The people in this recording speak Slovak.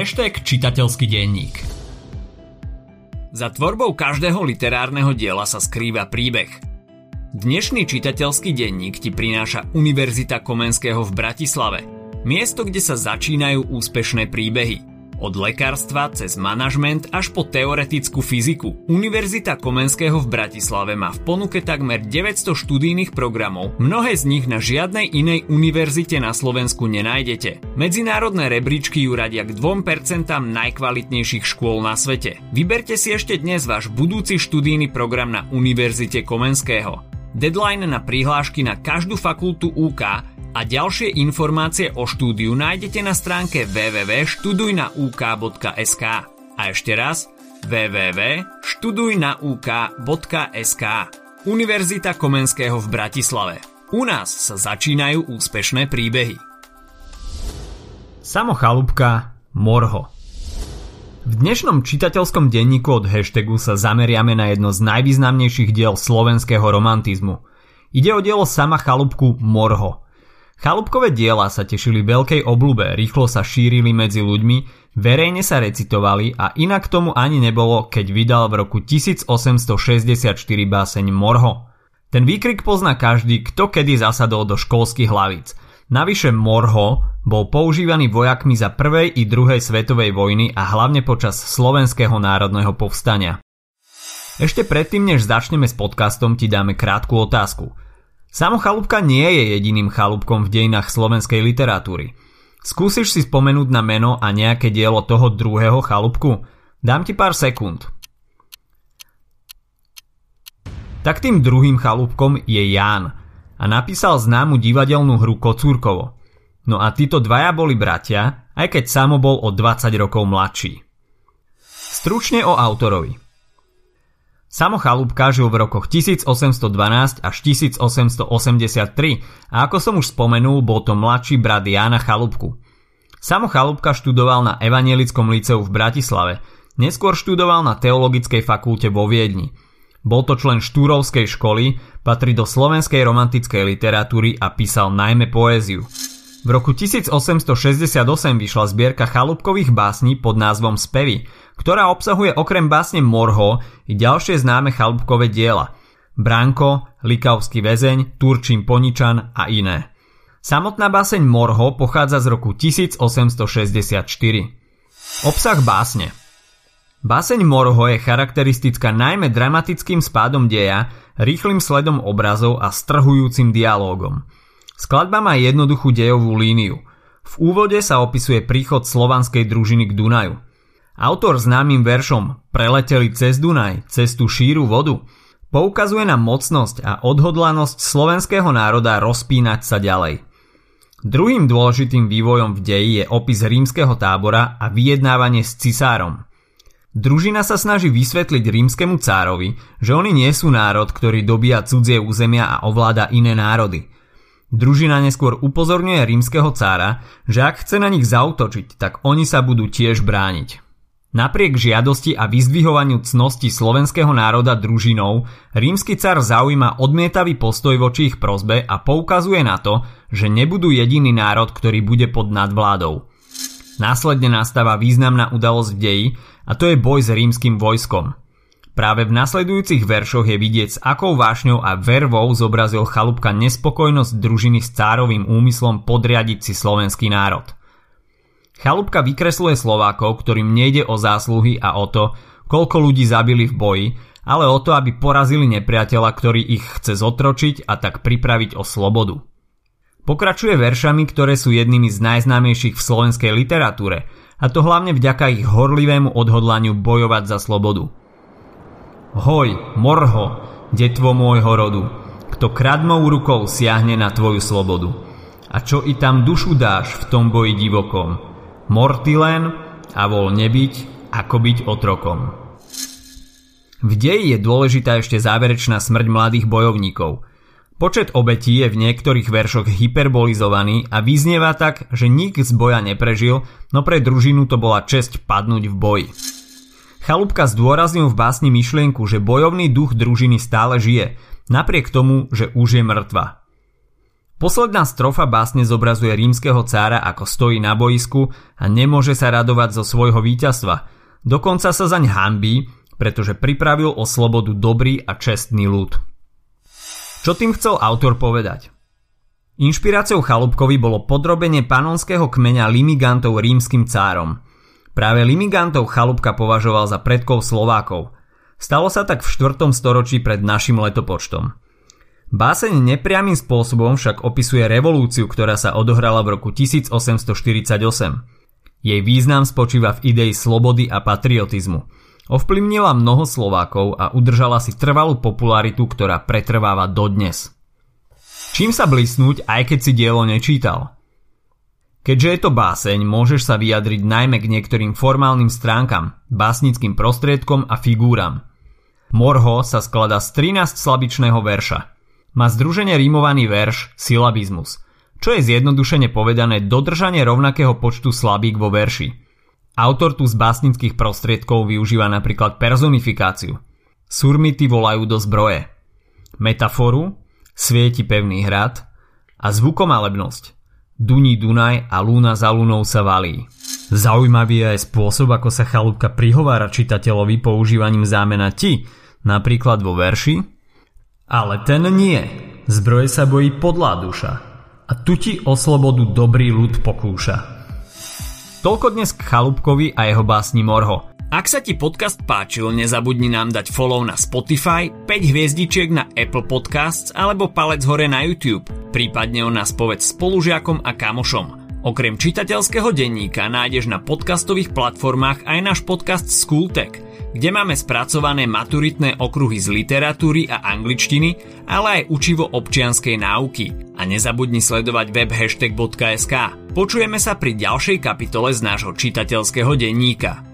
čitateľský denník. Za tvorbou každého literárneho diela sa skrýva príbeh. Dnešný čitateľský denník ti prináša Univerzita Komenského v Bratislave. Miesto, kde sa začínajú úspešné príbehy. Od lekárstva cez manažment až po teoretickú fyziku. Univerzita Komenského v Bratislave má v ponuke takmer 900 študijných programov, mnohé z nich na žiadnej inej univerzite na Slovensku nenájdete. Medzinárodné rebríčky ju radia k 2% najkvalitnejších škôl na svete. Vyberte si ešte dnes váš budúci študijný program na Univerzite Komenského. Deadline na prihlášky na každú fakultu UK a ďalšie informácie o štúdiu nájdete na stránke www.študujnauk.sk. A ešte raz www.študujnauk.sk. Univerzita Komenského v Bratislave. U nás sa začínajú úspešné príbehy. Samo Chalúbka, Morho. V dnešnom čitateľskom denníku od Hashtagu sa zameriame na jedno z najvýznamnejších diel slovenského romantizmu. Ide o dielo Sama Chalúbku, Morho. Chalúbkové diela sa tešili veľkej obľube, rýchlo sa šírili medzi ľuďmi, verejne sa recitovali a inak tomu ani nebolo, keď vydal v roku 1864 báseň Morho. Ten výkrik pozná každý, kto kedy zasadol do školských hlavíc. Navyše Morho bol používaný vojakmi za prvej i druhej svetovej vojny a hlavne počas Slovenského národného povstania. Ešte predtým, než začneme s podcastom, ti dáme krátku otázku. Samo Chalúbka nie je jediným chalúbkom v dejinách slovenskej literatúry. Skúsiš si spomenúť na meno a nejaké dielo toho druhého chalúbku? Dám ti pár sekúnd. Tak tým druhým chalúbkom je Ján a napísal známu divadelnú hru Kocúrkovo. No a títo dvaja boli bratia, aj keď Samo bol o 20 rokov mladší. Stručne o autorovi. Samo Chalúbka žil v rokoch 1812 až 1883 a ako som už spomenul, bol to mladší brat Jána Chalúbku. Samo Chalúbka študoval na Evanjelickom liceu v Bratislave, neskôr študoval na Teologickej fakulte vo Viedni. Bol to člen Štúrovskej školy, patrí do slovenskej romantickej literatúry a písal najmä poéziu. V roku 1868 vyšla zbierka chalúbkových básní pod názvom Spevy, ktorá obsahuje okrem básne Morho i ďalšie známe chalúbkové diela. Bránko, Likavský väzeň, Turčín Poničan a iné. Samotná báseň Morho pochádza z roku 1864. Obsah básne. Báseň Morho je charakteristická najmä dramatickým spádom deja, rýchlym sledom obrazov a strhujúcim dialógom. Skladba má jednoduchú dejovú líniu. V úvode sa opisuje príchod slovanskej družiny k Dunaju. Autor známym veršom Preleteli cez Dunaj, cez tú šíru vodu poukazuje na mocnosť a odhodlanosť slovenského národa rozpínať sa ďalej. Druhým dôležitým vývojom v deji je opis rímskeho tábora a vyjednávanie s cisárom. Družina sa snaží vysvetliť rímskemu cárovi, že oni nie sú národ, ktorý dobíja cudzie územia a ovláda iné národy. Družina neskôr upozorňuje rímskeho cára, že ak chce na nich zaútočiť, tak oni sa budú tiež brániť. Napriek žiadosti a vyzdvihovaniu cnosti slovenského národa družinou, rímsky cár zaujíma odmietavý postoj voči ich prosbe a poukazuje na to, že nebudú jediný národ, ktorý bude pod nadvládou. Následne nastáva významná udalosť v deji a to je boj s rímskym vojskom. Práve v nasledujúcich veršoch je vidieť, s akou vášňou a vervou zobrazil Chalúbka nespokojnosť družiny s cárovým úmyslom podriadiť si slovenský národ. Chalúbka vykresluje Slovákov, ktorým nejde o zásluhy a o to, koľko ľudí zabili v boji, ale o to, aby porazili nepriateľa, ktorý ich chce zotročiť a tak pripraviť o slobodu. Pokračuje veršami, ktoré sú jednými z najznámejších v slovenskej literatúre, a to hlavne vďaka ich horlivému odhodlaniu bojovať za slobodu. Hoj, Morho, detvo môjho rodu, kto kradmou rukou siahne na tvoju slobodu. A čo i tam dušu dáš v tom boji divokom, mor ty len a vol nebyť, ako byť otrokom. V deji je dôležitá ešte záverečná smrť mladých bojovníkov. Počet obetí je v niektorých veršoch hyperbolizovaný a vyznieva tak, že nik z boja neprežil, no pre družinu to bola česť padnúť v boji. Chalúbka zdôraznil v básni myšlienku, že bojovný duch družiny stále žije, napriek tomu, že už je mŕtva. Posledná strofa básne zobrazuje rímskeho cára, ako stojí na boisku a nemôže sa radovať zo svojho víťazstva. Dokonca sa zaň hanbí, pretože pripravil o slobodu dobrý a čestný ľud. Čo tým chcel autor povedať? Inšpiráciou Chalúbkovi bolo podrobenie panonského kmeňa Limigantov rímskym cárom. Práve Limigantov Chalúbka považoval za predkov Slovákov. Stalo sa tak v 4. storočí pred našim letopočtom. Báseň nepriamym spôsobom však opisuje revolúciu, ktorá sa odohrala v roku 1848. Jej význam spočíva v idei slobody a patriotizmu. Ovplyvnila mnoho Slovákov a udržala si trvalú popularitu, ktorá pretrváva dodnes. Čím sa blisnúť, aj keď si dielo nečítal? Keďže je to báseň, môžeš sa vyjadriť najmä k niektorým formálnym stránkam, básnickým prostriedkom a figúram. Morho sa skladá z 13 slabičného verša. Má združene rímovaný verš, silabizmus, čo je zjednodušene povedané dodržanie rovnakého počtu slabík vo verši. Autor tu z básnických prostriedkov využíva napríklad personifikáciu. Surmity volajú do zbroje. Metaforu, svieti pevný hrad a zvukomalebnosť. Duní Dunaj a lúna za lúnou sa valí. Zaujímavý je spôsob, ako sa Chalúbka prihovára čitateľovi používaním zámena ti, napríklad vo verši: ale ten nie, zbroje sa bojí podlá duša a tu ti o slobodu dobrý ľud pokúša. Toľko dnes k Chalúbkovi a jeho básni Morho. Ak sa ti podcast páčil, nezabudni nám dať follow na Spotify, 5 hviezdičiek na Apple Podcasts alebo palec hore na YouTube. Prípadne o nás povedz spolužiakom a kamošom. Okrem čitateľského denníka nájdeš na podcastových platformách aj náš podcast Schooltech, kde máme spracované maturitné okruhy z literatúry a angličtiny, ale aj učivo občianskej náuky. A nezabudni sledovať web #hashtag.sk. Počujeme sa pri ďalšej kapitole z nášho čitateľského denníka.